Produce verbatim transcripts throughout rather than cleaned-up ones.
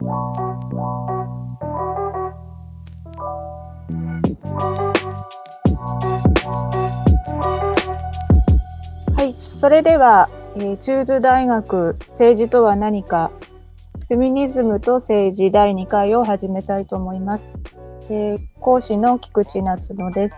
はい、それでは、えー、中津大学政治とは何か、フェミニズムと政治だいにかいを始めたいと思います。えー、講師の菊池夏乃です。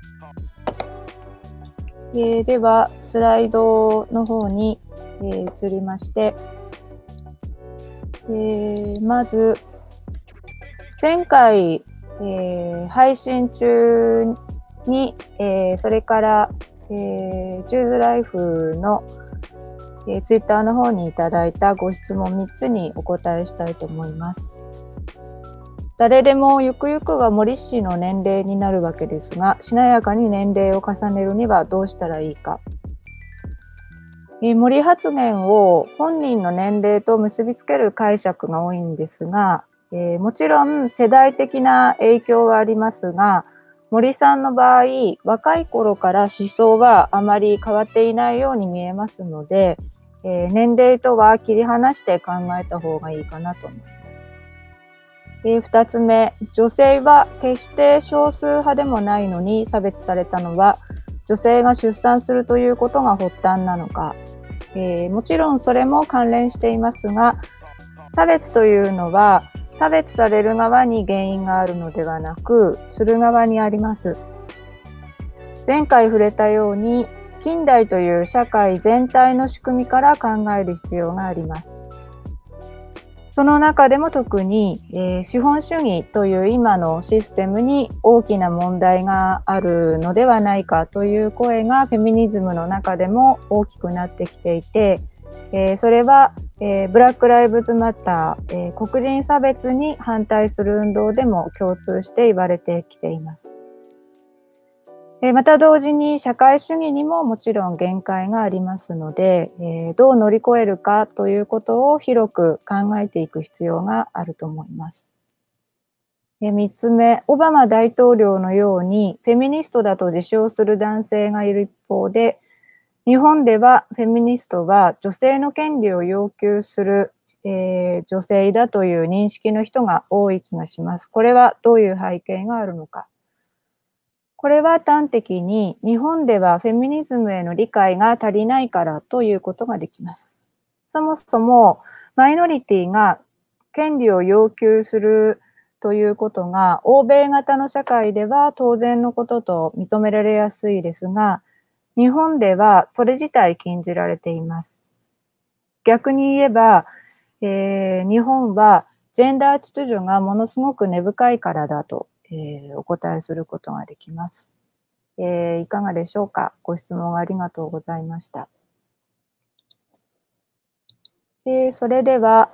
えー、ではスライドの方に、えー、移りまして、えー、まず前回、えー、配信中に、えー、それからえー、チューズライフの、えー、ツイッターの方にいただいたご質問みっつにお答えしたいと思います。誰でもゆくゆくは森氏の年齢になるわけですが、しなやかに年齢を重ねるにはどうしたらいいか。えー、森発言を本人の年齢と結びつける解釈が多いんですが、えー、もちろん世代的な影響はありますが、森さんの場合、若い頃から思想はあまり変わっていないように見えますので、えー、年齢とは切り離して考えた方がいいかなと思います。えー、ふたつめ、女性は決して少数派でもないのに差別されたのは、女性が出産するということが発端なのか。えー、もちろんそれも関連していますが、差別というのは、差別される側に原因があるのではなく、する側にあります。前回触れたように、近代という社会全体の仕組みから考える必要があります。その中でも特に、えー、資本主義という今のシステムに大きな問題があるのではないかという声がフェミニズムの中でも大きくなってきていて、えー、それは、えー、ブラック・ライブズ・マター、えー、黒人差別に反対する運動でも共通して言われてきています。えー、また同時に社会主義にももちろん限界がありますので、えー、どう乗り越えるかということを広く考えていく必要があると思います。えー、みっつめ、オバマ大統領のようにフェミニストだと自称する男性がいる一方で、日本ではフェミニストは女性の権利を要求する、えー、女性だという認識の人が多い気がします。これはどういう背景があるのか。これは端的に日本ではフェミニズムへの理解が足りないからということができます。そもそもマイノリティが権利を要求するということが欧米型の社会では当然のことと認められやすいですが、日本ではそれ自体禁じられています。逆に言えば、えー、日本はジェンダー秩序がものすごく根深いからだと、えー、お答えすることができます。えー、いかがでしょうか。ご質問ありがとうございました。えー、それでは、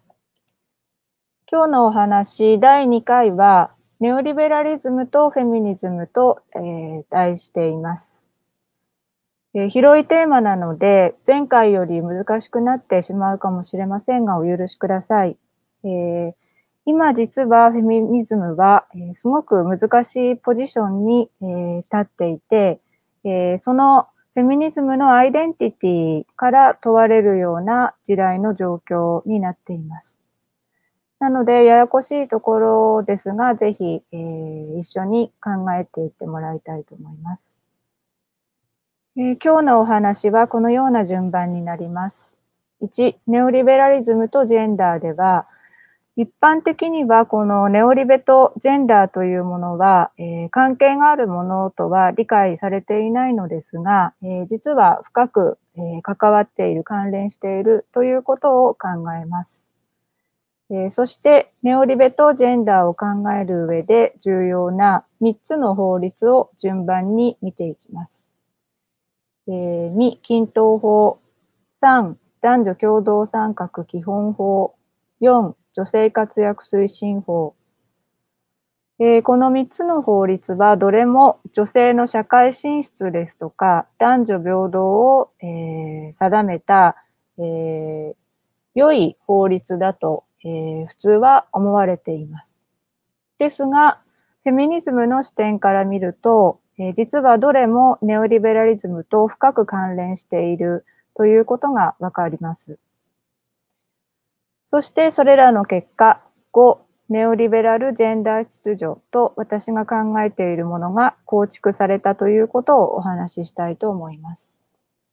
今日のお話だいにかいは、ネオリベラリズムとフェミニズムと、えー、題しています。えー、広いテーマなので、前回より難しくなってしまうかもしれませんが、お許しください。えー、今実はフェミニズムは、えー、すごく難しいポジションに、えー、立っていて、えー、そのフェミニズムのアイデンティティから問われるような時代の状況になっています。なので、ややこしいところですが、ぜひ、えー、一緒に考えていってもらいたいと思います。えー、今日のお話はこのような順番になります。いち、ネオリベラリズムとジェンダーでは、一般的にはこのネオリベとジェンダーというものは、えー、関係があるものとは理解されていないのですが、えー、実は深く、えー、関わっている、関連しているということを考えます。えー、そしてネオリベとジェンダーを考える上で重要なみっつの法律を順番に見ていきます。に、均等法。さん、男女共同参画基本法。よん、女性活躍推進法。えー、このみっつの法律はどれも女性の社会進出ですとか男女平等を、えー、定めた、えー、良い法律だと、えー、普通は思われています。ですが、フェミニズムの視点から見ると、えー、実はどれもネオリベラリズムと深く関連しているということがわかります。 そしてそれらの結果、ご、ネオリベラルジェンダー秩序と私が考えているものが構築されたということをお話ししたいと思います。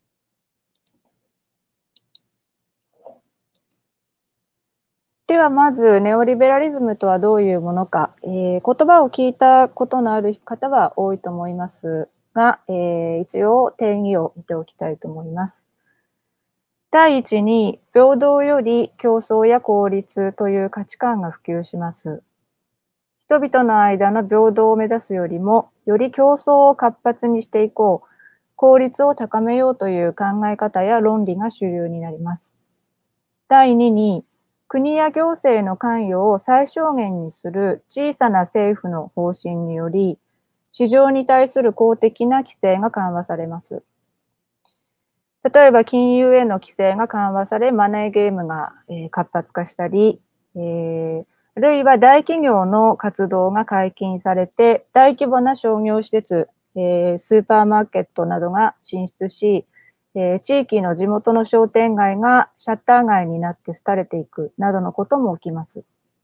ではまず、ネオリベラリズムとはどういうものか、えー、言葉を聞いたことのある方は多いと思いますが、えー、一応定義を見ておきたいと思います。第一に、平等より競争や効率という価値観が普及します。人々の間の平等を目指すよりも、より競争を活発にしていこう、効率を高めようという考え方や論理が主流になります。第二に、国や行政の関与を最小限にする小さな政府の方針により、市場に対する公的な規制が緩和されます。例えば金融への規制が緩和され、マネーゲームが、えー、活発化したり、えー、あるいは大企業の活動が解禁されて、大規模な商業施設、えー、スーパーマーケットなどが進出し、えー、地域の地元の商店街がシャッター街になって廃れていくなどのことも起きます。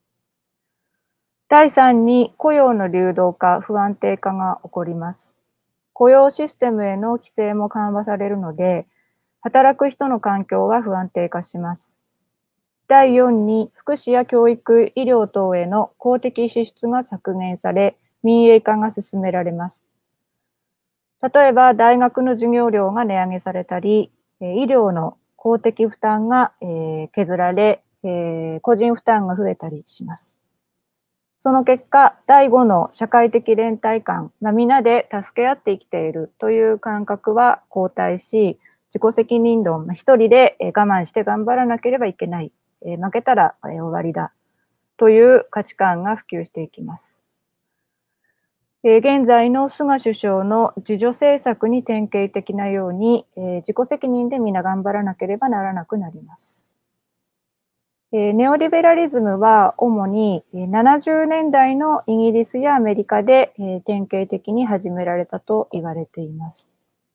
第三に、雇用の流動化、不安定化が起こります。雇用システムへの規制も緩和されるので、働く人の環境は不安定化します。第四に、福祉や教育、医療等への公的支出が削減され、民営化が進められます。例えば、大学の授業料が値上げされたり、医療の公的負担が削られ、個人負担が増えたりします。その結果、第五の社会的連帯感、まあ、皆で助け合って生きているという感覚は後退し、自己責任論、一人で我慢して頑張らなければいけない、負けたら終わりだという価値観が普及していきます。現在の菅首相の自助政策に典型的なように、自己責任で皆頑張らなければならなくなります。ネオリベラリズムは主にななじゅうねんだいのイギリスやアメリカで典型的に始められたと言われています。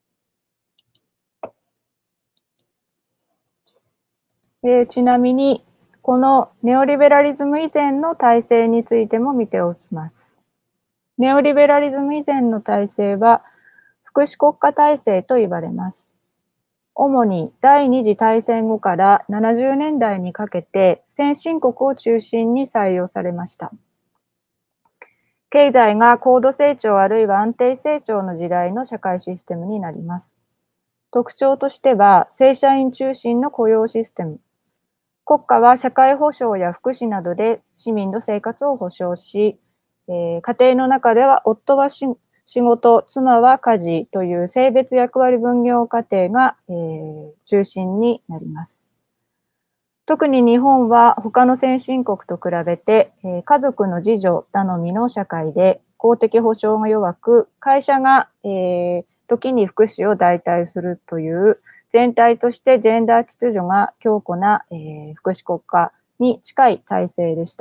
えー、ちなみに、このネオリベラリズム以前の体制についても見ておきます。ネオリベラリズム以前の体制は、福祉国家体制と言われます。主に第二次大戦後からななじゅうねんだいにかけて先進国を中心に採用されました。経済が高度成長あるいは安定成長の時代の社会システムになります。特徴としては、正社員中心の雇用システム。国家は社会保障や福祉などで市民の生活を保障し、えー、家庭の中では夫は仕事、妻は家事という性別役割分業家庭が、えー、中心になります。特に日本は他の先進国と比べて、えー、家族の自助頼みの社会で公的保障が弱く、会社が、えー、時に福祉を代替するという全体としてジェンダー秩序が強固な、えー、福祉国家に近い体制でした。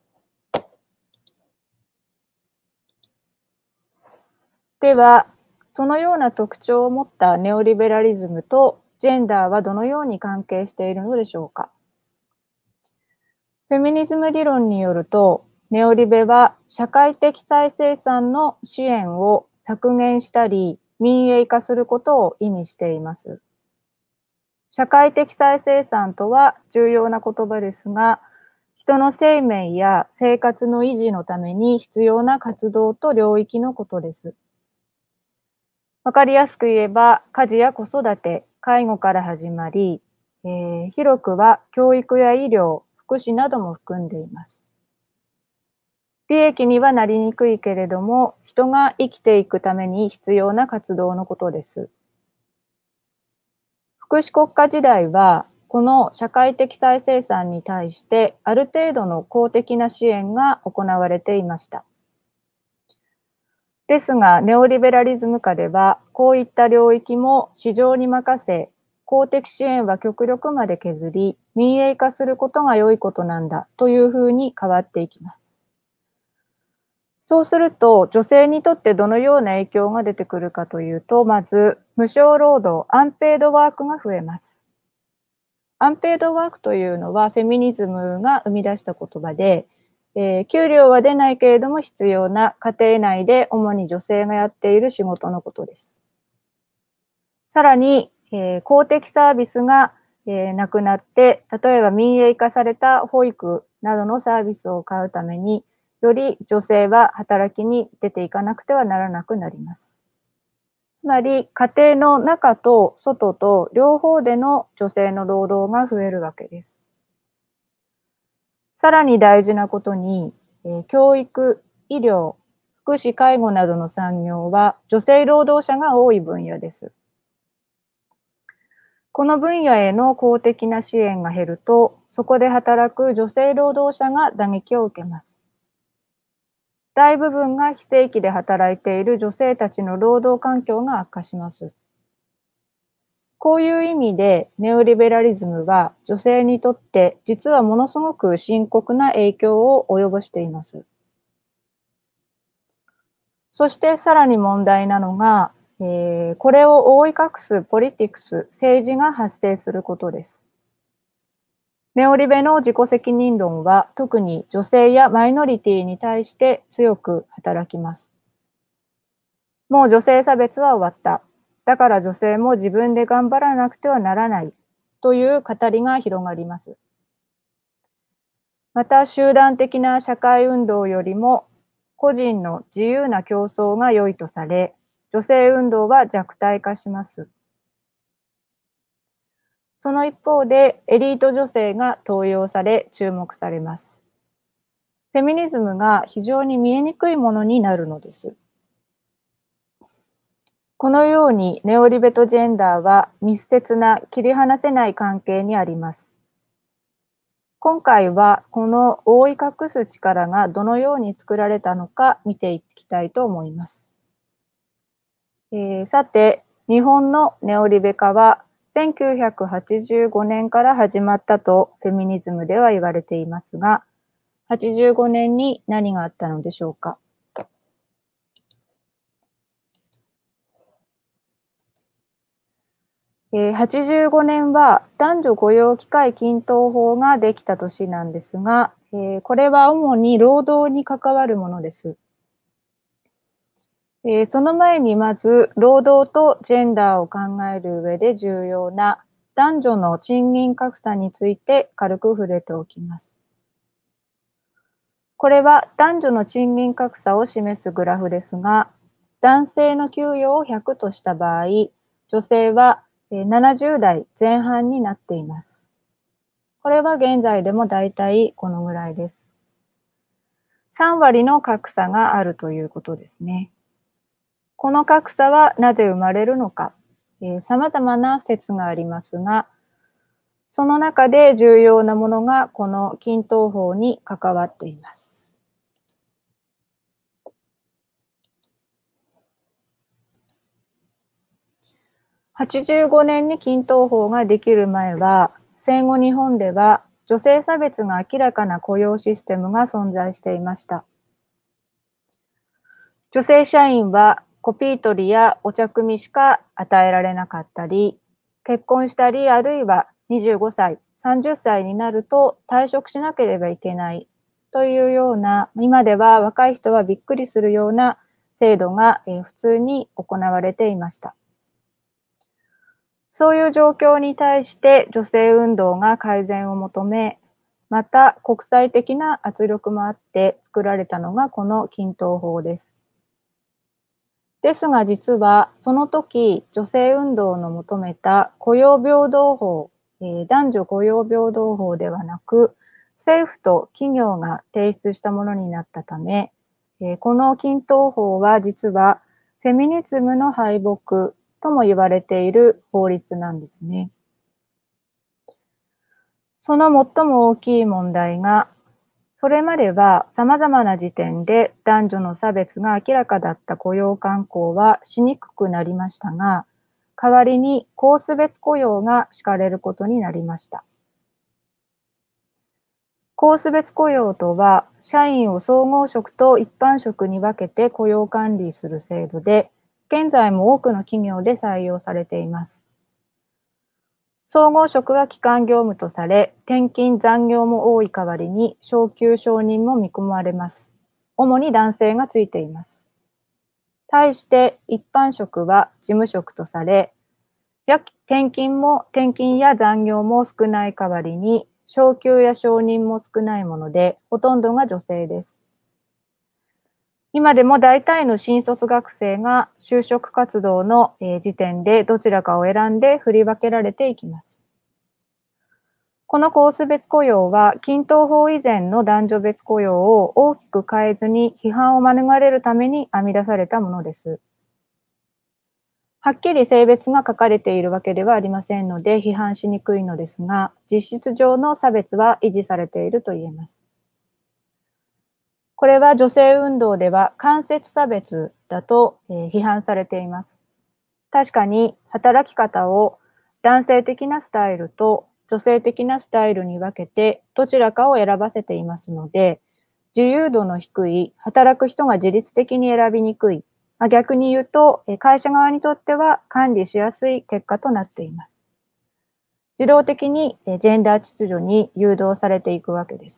では、そのような特徴を持ったネオリベラリズムとジェンダーはどのように関係しているのでしょうか。フェミニズム理論によると、ネオリベは社会的再生産の支援を削減したり民営化することを意味しています。社会的再生産とは重要な言葉ですが、人の生命や生活の維持のために必要な活動と領域のことです。わかりやすく言えば、家事や子育て、介護から始まり、えー、広くは教育や医療、福祉なども含んでいます。利益にはなりにくいけれども、人が生きていくために必要な活動のことです。福祉国家時代は、この社会的再生産に対してある程度の公的な支援が行われていました。ですが、ネオリベラリズム下では、こういった領域も市場に任せ、公的支援は極力まで削り、民営化することが良いことなんだというふうに変わっていきます。そうすると、女性にとってどのような影響が出てくるかというと、まず、無償労働、アンペイドワークが増えます。 アンペイドワークというのはフェミニズムが生み出した言葉で、えー、給料は出ないけれども必要な家庭内で主に女性がやっている仕事のことです。さらに、えー、公的サービスが、えー、なくなって、例えば民営化された保育などのサービスを買うために、より女性は働きに出ていかなくてはならなくなります。つまり、家庭の中と外と両方での女性の労働が増えるわけです。さらに大事なことに、えー、教育、医療、福祉、介護などの産業は女性労働者が多い分野です。この分野への公的な支援が減ると、そこで働く女性労働者が打撃を受けます。大部分が非正規で働いている女性たちの労働環境が悪化します。こういう意味でネオリベラリズムは女性にとって実はものすごく深刻な影響を及ぼしています。そしてさらに問題なのが、えー、これを覆い隠すポリティクス、政治が発生することです。ネオリベの自己責任論は特に女性やマイノリティに対して強く働きます。もう女性差別は終わった。だから女性も自分で頑張らなくてはならないという語りが広がります。また集団的な社会運動よりも個人の自由な競争が良いとされ、女性運動は弱体化します。その一方でエリート女性が登用され注目されます。フェミニズムが非常に見えにくいものになるのです。このようにネオリベとジェンダーは密接な切り離せない関係にあります。今回はこの覆い隠す力がどのように作られたのか見ていきたいと思います。えー、さて、日本のネオリベ化はせんきゅうひゃくはちじゅうごねんから始まったとフェミニズムでは言われていますが、はちじゅうごねんに何があったのでしょうか。えー、はちじゅうごねんは男女雇用機会均等法ができた年なんですが、えー、これは主に労働に関わるものです。えー、その前にまず労働とジェンダーを考える上で重要な男女の賃金格差について軽く触れておきます。これは男女の賃金格差を示すグラフですが、男性の給与をひゃくとした場合、女性はななじゅうだいぜん半になっています。これは現在でもだいたいこのぐらいです。さん割の格差があるということですね。この格差はなぜ生まれるのか、えー、様々な説がありますが、その中で重要なものがこの均等法に関わっています。はちじゅうごねんに均等法ができる前は、戦後日本では女性差別が明らかな雇用システムが存在していました。女性社員はコピー取りやお茶組しか与えられなかったり、結婚したり、あるいはにじゅうごさい、さんじゅっさいになると退職しなければいけないというような、今では若い人はびっくりするような制度が普通に行われていました。そういう状況に対して女性運動が改善を求め、また国際的な圧力もあって作られたのがこの均等法です。ですが実はその時女性運動の求めた雇用平等法、えー、男女雇用平等法ではなく政府と企業が提出したものになったため、えー、この均等法は実はフェミニズムの敗北とも言われている法律なんですね。その最も大きい問題が、それまでは様々な時点で男女の差別が明らかだった雇用慣行はしにくくなりましたが、代わりにコース別雇用が敷かれることになりました。コース別雇用とは、社員を総合職と一般職に分けて雇用管理する制度で、現在も多くの企業で採用されています。 総合職は基幹業務とされ、転勤残業も多い代わりに昇給承認も見込まれます。主に男性がついています。対して一般職は事務職とされ、転勤も転勤や残業も少ない代わりに昇給や承認も少ないもので、ほとんどが女性です。今でも大体の新卒学生が就職活動の時点でどちらかを選んで振り分けられていきます。このコース別雇用は均等法以前の男女別雇用を大きく変えずに批判を免れるために編み出されたものです。はっきり性別が書かれているわけではありませんので批判しにくいのですが、実質上の差別は維持されていると言えます。これは女性運動では間接差別だと批判されています。確かに働き方を男性的なスタイルと女性的なスタイルに分けてどちらかを選ばせていますので、自由度の低い働く人が自律的に選びにくい、逆に言うと会社側にとっては管理しやすい結果となっています。自動的にジェンダー秩序に誘導されていくわけです。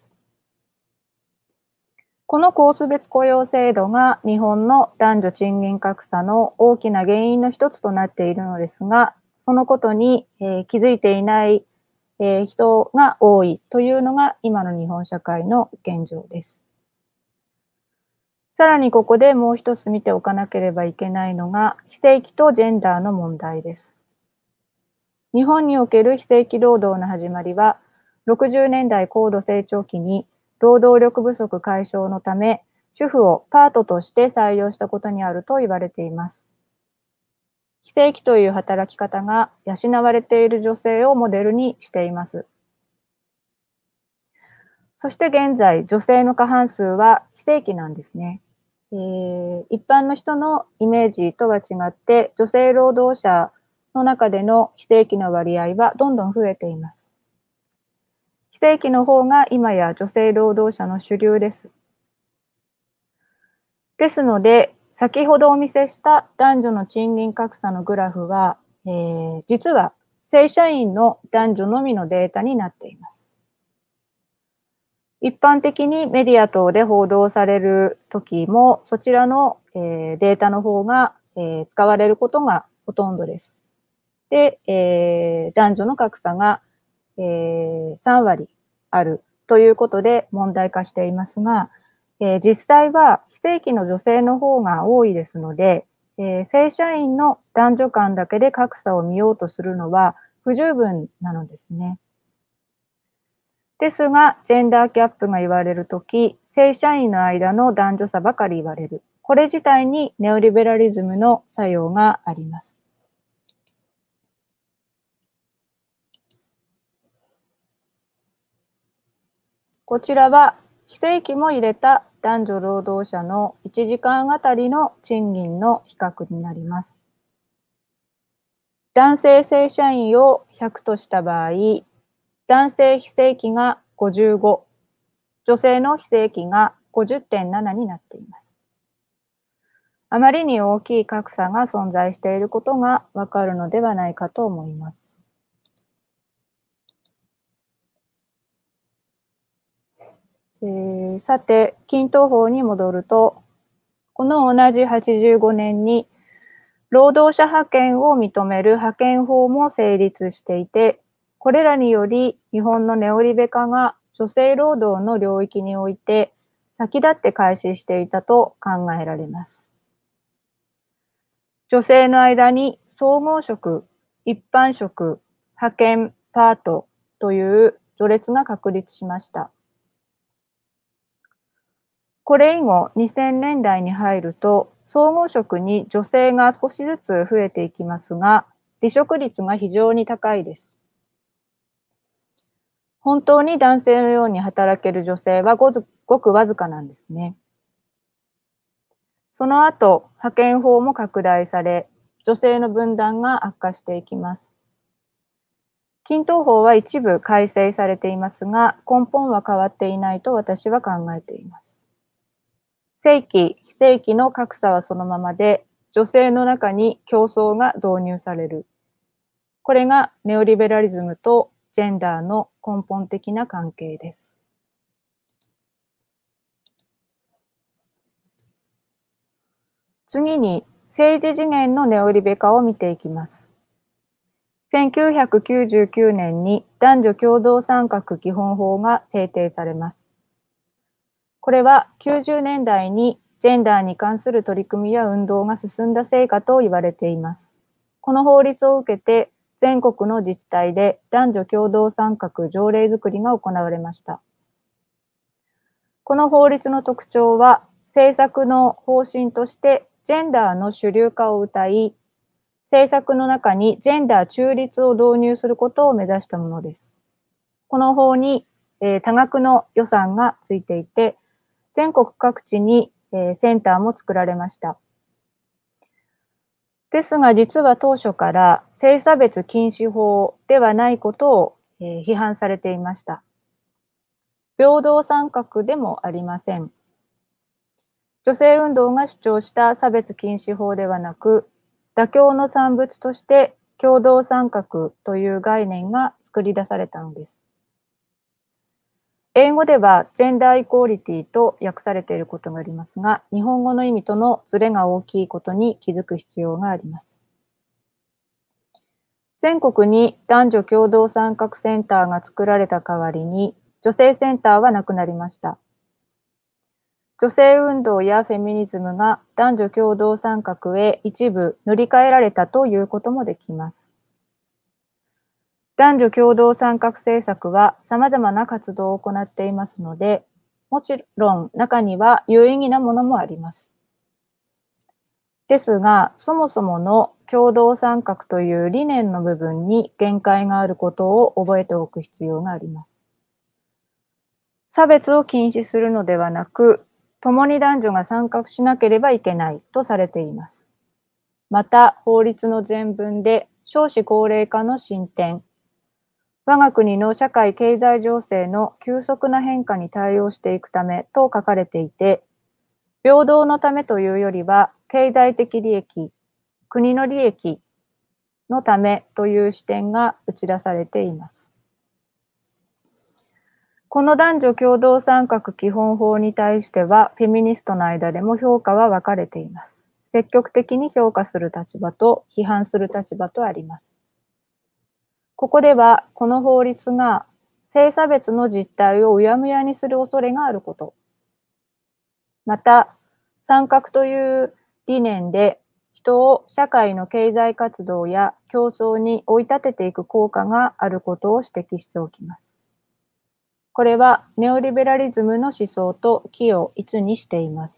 このコース別雇用制度が日本の男女賃金格差の大きな原因の一つとなっているのですが、そのことに気づいていない人が多いというのが今の日本社会の現状です。さらにここでもう一つ見ておかなければいけないのが非正規とジェンダーの問題です。日本における非正規労働の始まりはろくじゅうねんだい高度成長期に労働力不足解消のため、主婦をパートとして採用したことにあると言われています。非正規という働き方が養われている女性をモデルにしています。そして現在、女性の過半数は非正規なんですね。えー、一般の人のイメージとは違って、女性労働者の中での非正規の割合はどんどん増えています。非正規の方が今や女性労働者の主流です。ですので、先ほどお見せした男女の賃金格差のグラフは、えー、実は正社員の男女のみのデータになっています。一般的にメディア等で報道される時も、そちらの、えー、データの方が、えー、使われることがほとんどです。で、えー、男女の格差が、えー、さんわりあるということで問題化していますが、えー、実際は非正規の女性の方が多いですので、えー、正社員の男女間だけで格差を見ようとするのは不十分なのですね。ですが、ジェンダーギャップが言われるとき、正社員の間の男女差ばかり言われる。これ自体にネオリベラリズムの作用があります。こちらは非正規も入れた男女労働者のいちじかんあたりの賃金の比較になります。男性正社員をひゃくとした場合、男性非正規がごじゅうご、女性の非正規が ごじゅってんなな になっています。あまりに大きい格差が存在していることがわかるのではないかと思います。えー、さて、均等法に戻ると、この同じはちじゅうごねんに労働者派遣を認める派遣法も成立していて、これらにより日本のネオリベ化が女性労働の領域において先立って開始していたと考えられます。女性の間に総合職、一般職、派遣、パートという序列が確立しました。これ以後にせんねんだいに入ると総合職に女性が少しずつ増えていきますが、離職率が非常に高いです。本当に男性のように働ける女性はごくわずかなんですね。その後、派遣法も拡大され、女性の分断が悪化していきます。均等法は一部改正されていますが、根本は変わっていないと私は考えています。正規、非正規の格差はそのままで、女性の中に競争が導入される。 これがネオリベラリズムとジェンダーの根本的な関係です。次に政治次元のネオリベ化を見ていきます。せんきゅうひゃくきゅうじゅうきゅうねんに男女共同参画基本法が制定されます。これはきゅうじゅうねんだいにジェンダーに関する取り組みや運動が進んだ成果と言われています。この法律を受けて全国の自治体で男女共同参画条例作りが行われました。この法律の特徴は政策の方針としてジェンダーの主流化を謳い、政策の中にジェンダー中立を導入することを目指したものです。この法に、えー、多額の予算がついていて、全国各地に、えー、センターも作られました。ですが実は当初から性差別禁止法ではないことを、えー、批判されていました。平等参画でもありません。女性運動が主張した差別禁止法ではなく、妥協の産物として共同参画という概念が作り出されたのです。英語ではジェンダーイコーリティと訳されていることがありますが、日本語の意味とのズレが大きいことに気づく必要があります。全国に男女共同参画センターが作られた代わりに、女性センターはなくなりました。女性運動やフェミニズムが男女共同参画へ一部塗り替えられたということもできます。男女共同参画政策は様々な活動を行っていますので、もちろん中には有意義なものもあります。ですが、そもそもの共同参画という理念の部分に限界があることを覚えておく必要があります。差別を禁止するのではなく、共に男女が参画しなければいけないとされています。また、法律の前文で少子高齢化の進展、我が国の社会経済情勢の急速な変化に対応していくためと書かれていて、平等のためというよりは、経済的利益、国の利益のためという視点が打ち出されています。この男女共同参画基本法に対しては、フェミニストの間でも評価は分かれています。積極的に評価する立場と批判する立場とあります。ここでは、この法律が性差別の実態をうやむやにする恐れがあること、また、参画という理念で人を社会の経済活動や競争に追い立てていく効果があることを指摘しておきます。これはネオリベラリズムの思想と帰を一にしています。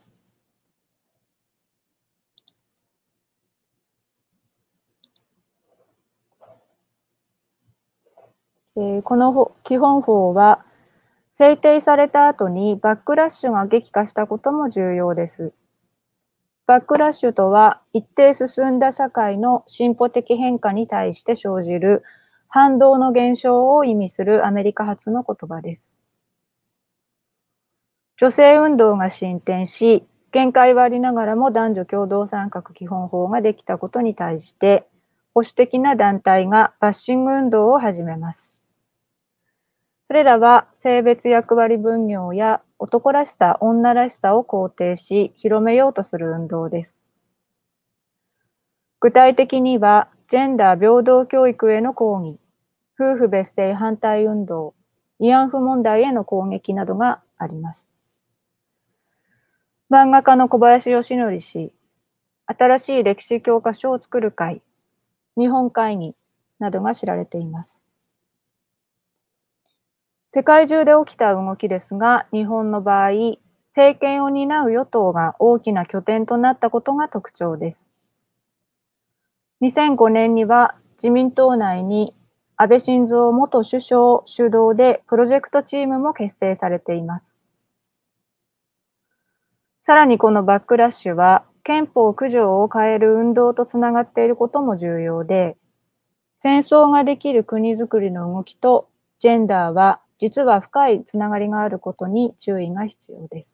えー、この基本法は制定された後にバックラッシュが激化したことも重要です。バックラッシュとは一定進んだ社会の進歩的変化に対して生じる反動の現象を意味するアメリカ発の言葉です。女性運動が進展し、限界はありながらも男女共同参画基本法ができたことに対して、保守的な団体がバッシング運動を始めます。それらは性別役割分業や男らしさ、女らしさを肯定し、広めようとする運動です。具体的には、ジェンダー平等教育への抗議、夫婦別姓反対運動、慰安婦問題への攻撃などがあります。漫画家の小林義則氏、新しい歴史教科書を作る会、日本会議などが知られています。世界中で起きた動きですが、日本の場合、政権を担う与党が大きな拠点となったことが特徴です。にせんごねんには自民党内に安倍晋三元首相主導でプロジェクトチームも結成されています。さらにこのバックラッシュは憲法く条を変える運動とつながっていることも重要で、戦争ができる国づくりの動きとジェンダーは実は深いつながりがあることに注意が必要です。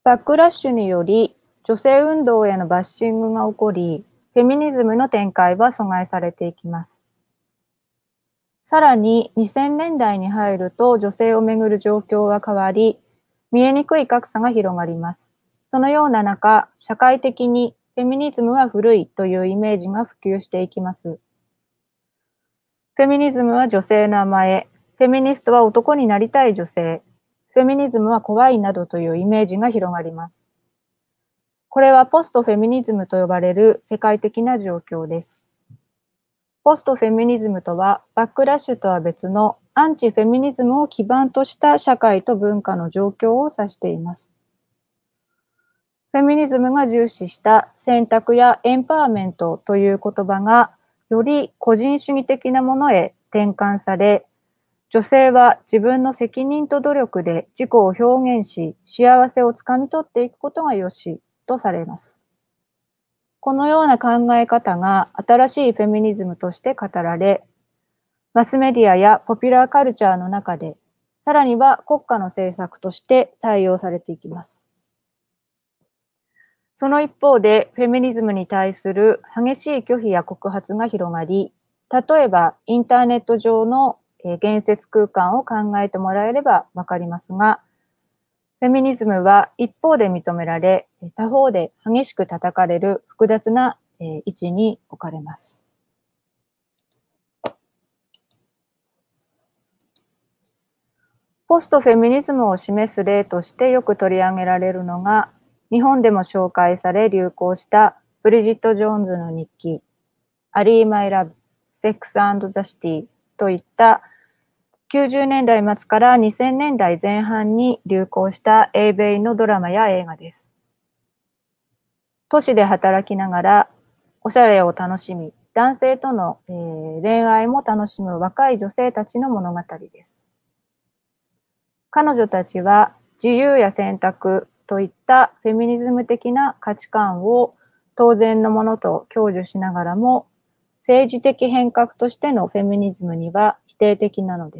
バックラッシュにより女性運動へのバッシングが起こり、フェミニズムの展開は阻害されていきます。さらににせんねんだいに入ると女性をめぐる状況は変わり、見えにくい格差が広がります。そのような中、社会的にフェミニズムは古いというイメージが普及していきます。フェミニズムは女性の甘え、フェミニストは男になりたい女性、フェミニズムは怖いなどというイメージが広がります。これはポストフェミニズムと呼ばれる世界的な状況です。ポストフェミニズムとは、バックラッシュとは別のアンチフェミニズムを基盤とした社会と文化の状況を指しています。フェミニズムが重視した選択やエンパワーメントという言葉が、より個人主義的なものへ転換され、女性は自分の責任と努力で自己を表現し、幸せをつかみ取っていくことがよしとされます。このような考え方が新しいフェミニズムとして語られ、マスメディアやポピュラーカルチャーの中で、さらには国家の政策として採用されていきます。その一方で、フェミニズムに対する激しい拒否や告発が広がり、例えばインターネット上の言説空間を考えてもらえればわかりますが、フェミニズムは一方で認められ、他方で激しく叩かれる複雑な位置に置かれます。ポストフェミニズムを示す例としてよく取り上げられるのが、日本でも紹介され流行したブリジット・ジョーンズの日記、アリー・マイ・ラブ、セックス・アンド・ザ・シティといったきゅうじゅうねんだい末からにせんねんだいぜん半に流行した英米のドラマや映画です。都市で働きながらおしゃれを楽しみ、男性との、えー、恋愛も楽しむ若い女性たちの物語です。彼女たちは自由や選択といったフェミニズム的な価値観を当然のものと享受しながらも、政治的変革としてのフェミニズムには否定的なのです。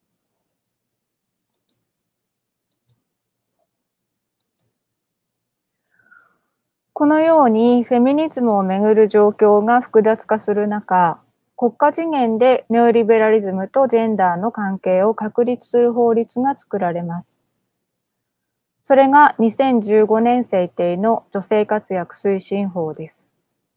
このようにフェミニズムをめぐる状況が複雑化する中、国家次元でネオリベラリズムとジェンダーの関係を確立する法律が作られます。それがにせんじゅうごねん制定の女性活躍推進法です。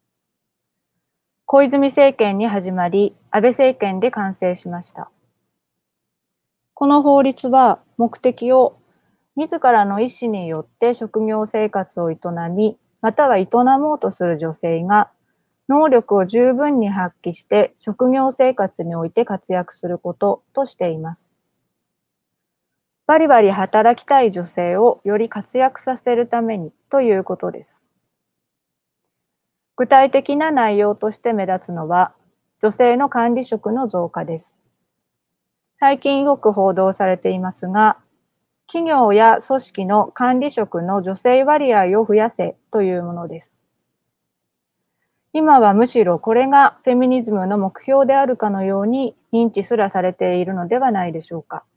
小泉政権に始まり、安倍政権で完成しました。この法律は目的を自らの意思によって職業生活を営み、または営もうとする女性が能力を十分に発揮して職業生活において活躍することとしています。バリバリ働きたい女性をより活躍させるためにということです。具体的な内容として目立つのは女性の管理職の増加です。最近よく報道されていますが、企業や組織の管理職の女性割合を増やせというものです。今はむしろこれがフェミニズムの目標であるかのように認知すらされているのではないでしょうか。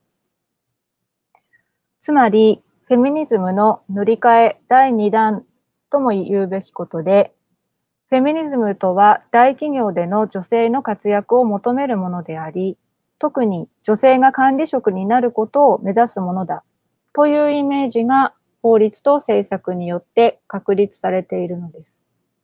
つまり、フェミニズムの塗り替えだいにだんとも言うべきことで、フェミニズムとは大企業での女性の活躍を求めるものであり、特に女性が管理職になることを目指すものだというイメージが法律と政策によって確立されているのです。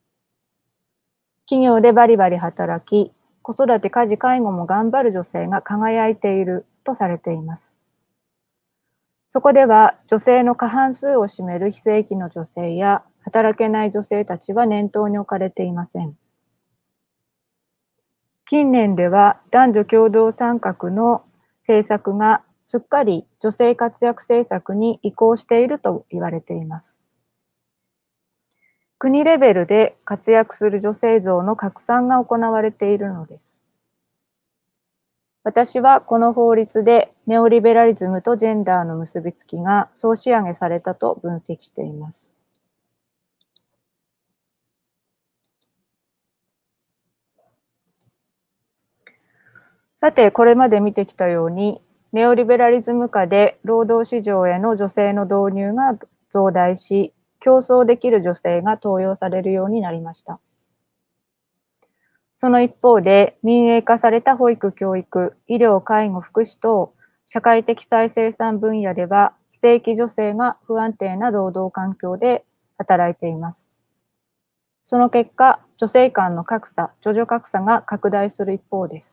企業でバリバリ働き、子育て家事介護も頑張る女性が輝いているとされています。そこでは女性の過半数を占める非正規の女性や働けない女性たちは念頭に置かれていません。近年では男女共同参画の政策がすっかり女性活躍政策に移行していると言われています。国レベルで活躍する女性像の拡散が行われているのです。私はこの法律でネオリベラリズムとジェンダーの結びつきが総仕上げされたと分析しています。さて、これまで見てきたように、ネオリベラリズム下で労働市場への女性の導入が増大し、競争できる女性が登用されるようになりました。その一方で、民営化された保育・教育、医療・介護・福祉等、社会的再生産分野では、非正規女性が不安定な労働環境で働いています。その結果、女性間の格差、女女格差が拡大する一方です。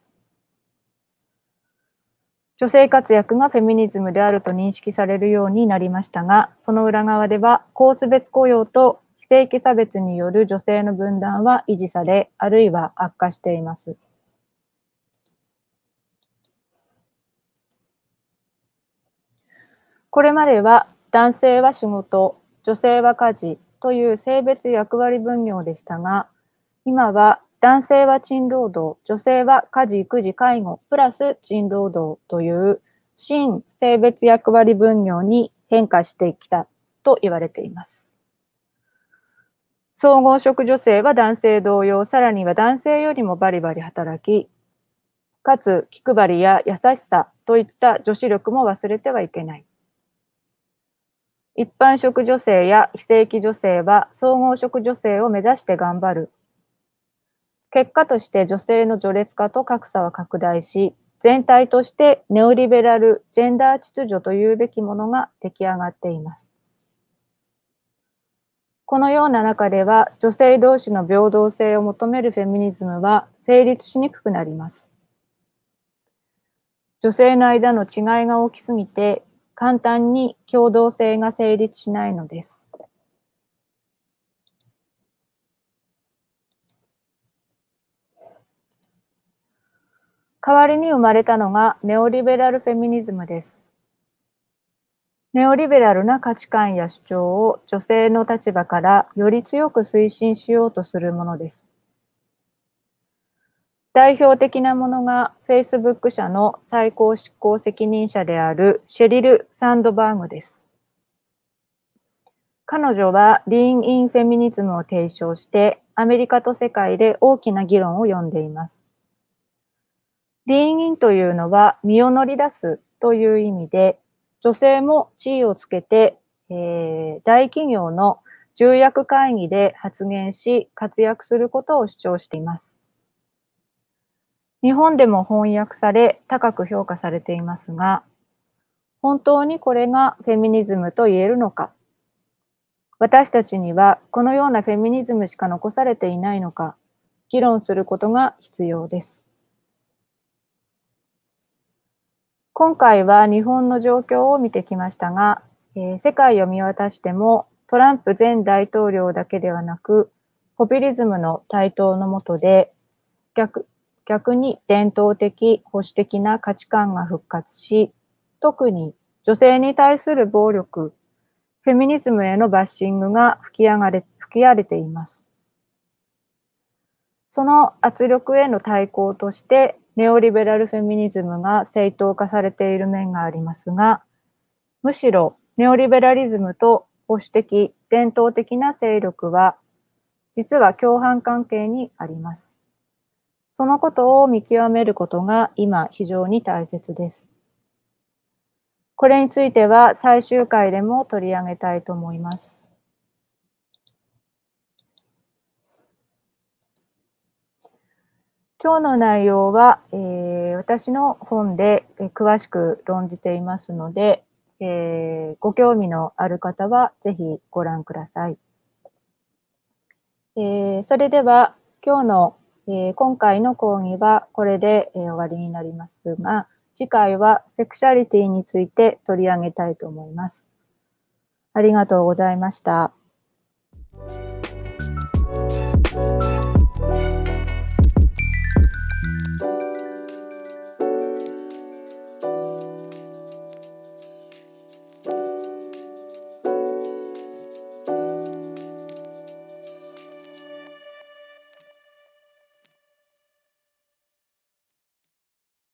女性活躍がフェミニズムであると認識されるようになりましたが、その裏側では、コース別雇用と非正規差別による女性の分断は維持され、あるいは悪化しています。これまでは男性は仕事、女性は家事という性別役割分業でしたが、今は男性は賃労働、女性は家事、育児、介護、プラス賃労働という新性別役割分業に変化してきたと言われています。総合職女性は男性同様、さらには男性よりもバリバリ働き、かつ気配りや優しさといった女子力も忘れてはいけない。一般職女性や非正規女性は総合職女性を目指して頑張る。結果として女性の序列化と格差は拡大し、全体としてネオリベラル・ジェンダー秩序というべきものが出来上がっています。このような中では、女性同士の平等性を求めるフェミニズムは成立しにくくなります。女性の間の違いが大きすぎて、簡単に共同性が成立しないのです。代わりに生まれたのがネオリベラルフェミニズムです。ネオリベラルな価値観や主張を女性の立場からより強く推進しようとするものです。代表的なものが Facebook 社の最高執行責任者であるシェリル・サンドバーグです。彼女はリーン・イン・フェミニズムを提唱してアメリカと世界で大きな議論を呼んでいます。リーンインというのは身を乗り出すという意味で、女性も地位をつけて、えー、大企業の重役会議で発言し活躍することを主張しています。日本でも翻訳され高く評価されていますが、本当にこれがフェミニズムと言えるのか、私たちにはこのようなフェミニズムしか残されていないのか、議論することが必要です。今回は日本の状況を見てきましたが、えー、世界を見渡してもトランプ前大統領だけではなく、ポピュリズムの台頭の下で逆、逆に伝統的保守的な価値観が復活し、特に女性に対する暴力、フェミニズムへのバッシングが吹き上がれ、吹き荒れています。その圧力への対抗として、ネオリベラルフェミニズムが正当化されている面がありますが、むしろネオリベラリズムと保守的、伝統的な勢力は、実は共犯関係にあります。そのことを見極めることが今非常に大切です。これについては最終回でも取り上げたいと思います。今日の内容は、えー、私の本で詳しく論じていますので、えー、ご興味のある方はぜひご覧ください。えー、それでは今日の、えー、今回の講義はこれで、えー、終わりになりますが、次回はセクシャリティについて取り上げたいと思います。ありがとうございました。